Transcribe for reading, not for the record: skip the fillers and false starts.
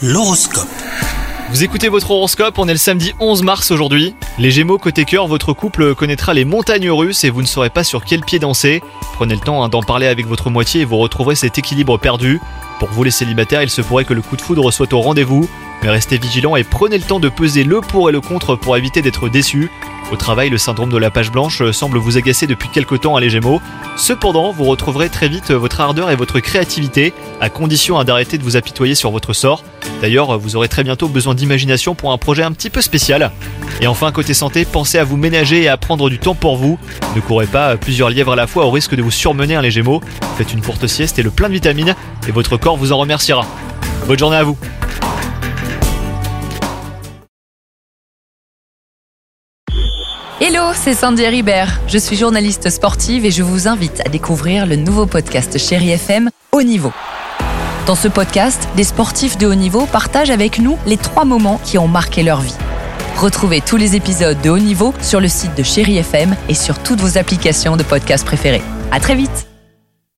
L'horoscope. Vous écoutez votre horoscope, on est le samedi 11 mars aujourd'hui. Les Gémeaux, côté cœur, votre couple connaîtra les montagnes russes et vous ne saurez pas sur quel pied danser. Prenez le temps d'en parler avec votre moitié et vous retrouverez cet équilibre perdu. Pour vous les célibataires, il se pourrait que le coup de foudre soit au rendez-vous. Mais restez vigilants et prenez le temps de peser le pour et le contre pour éviter d'être déçus. Au travail, le syndrome de la page blanche semble vous agacer depuis quelque temps, les Gémeaux. Cependant, vous retrouverez très vite votre ardeur et votre créativité, à condition d'arrêter de vous apitoyer sur votre sort. D'ailleurs, vous aurez très bientôt besoin d'imagination pour un projet un petit peu spécial. Et enfin, côté santé, pensez à vous ménager et à prendre du temps pour vous. Ne courez pas plusieurs lièvres à la fois au risque de vous surmener, les Gémeaux. Faites une courte sieste et le plein de vitamines, et votre corps vous en remerciera. Bonne journée à vous. Hello, c'est Sandy Ribert. Je suis journaliste sportive et je vous invite à découvrir le nouveau podcast Chéri FM, Haut Niveau. Dans ce podcast, des sportifs de haut niveau partagent avec nous les 3 moments qui ont marqué leur vie. Retrouvez tous les épisodes de Haut Niveau sur le site de Chéri FM et sur toutes vos applications de podcast préférées. À très vite.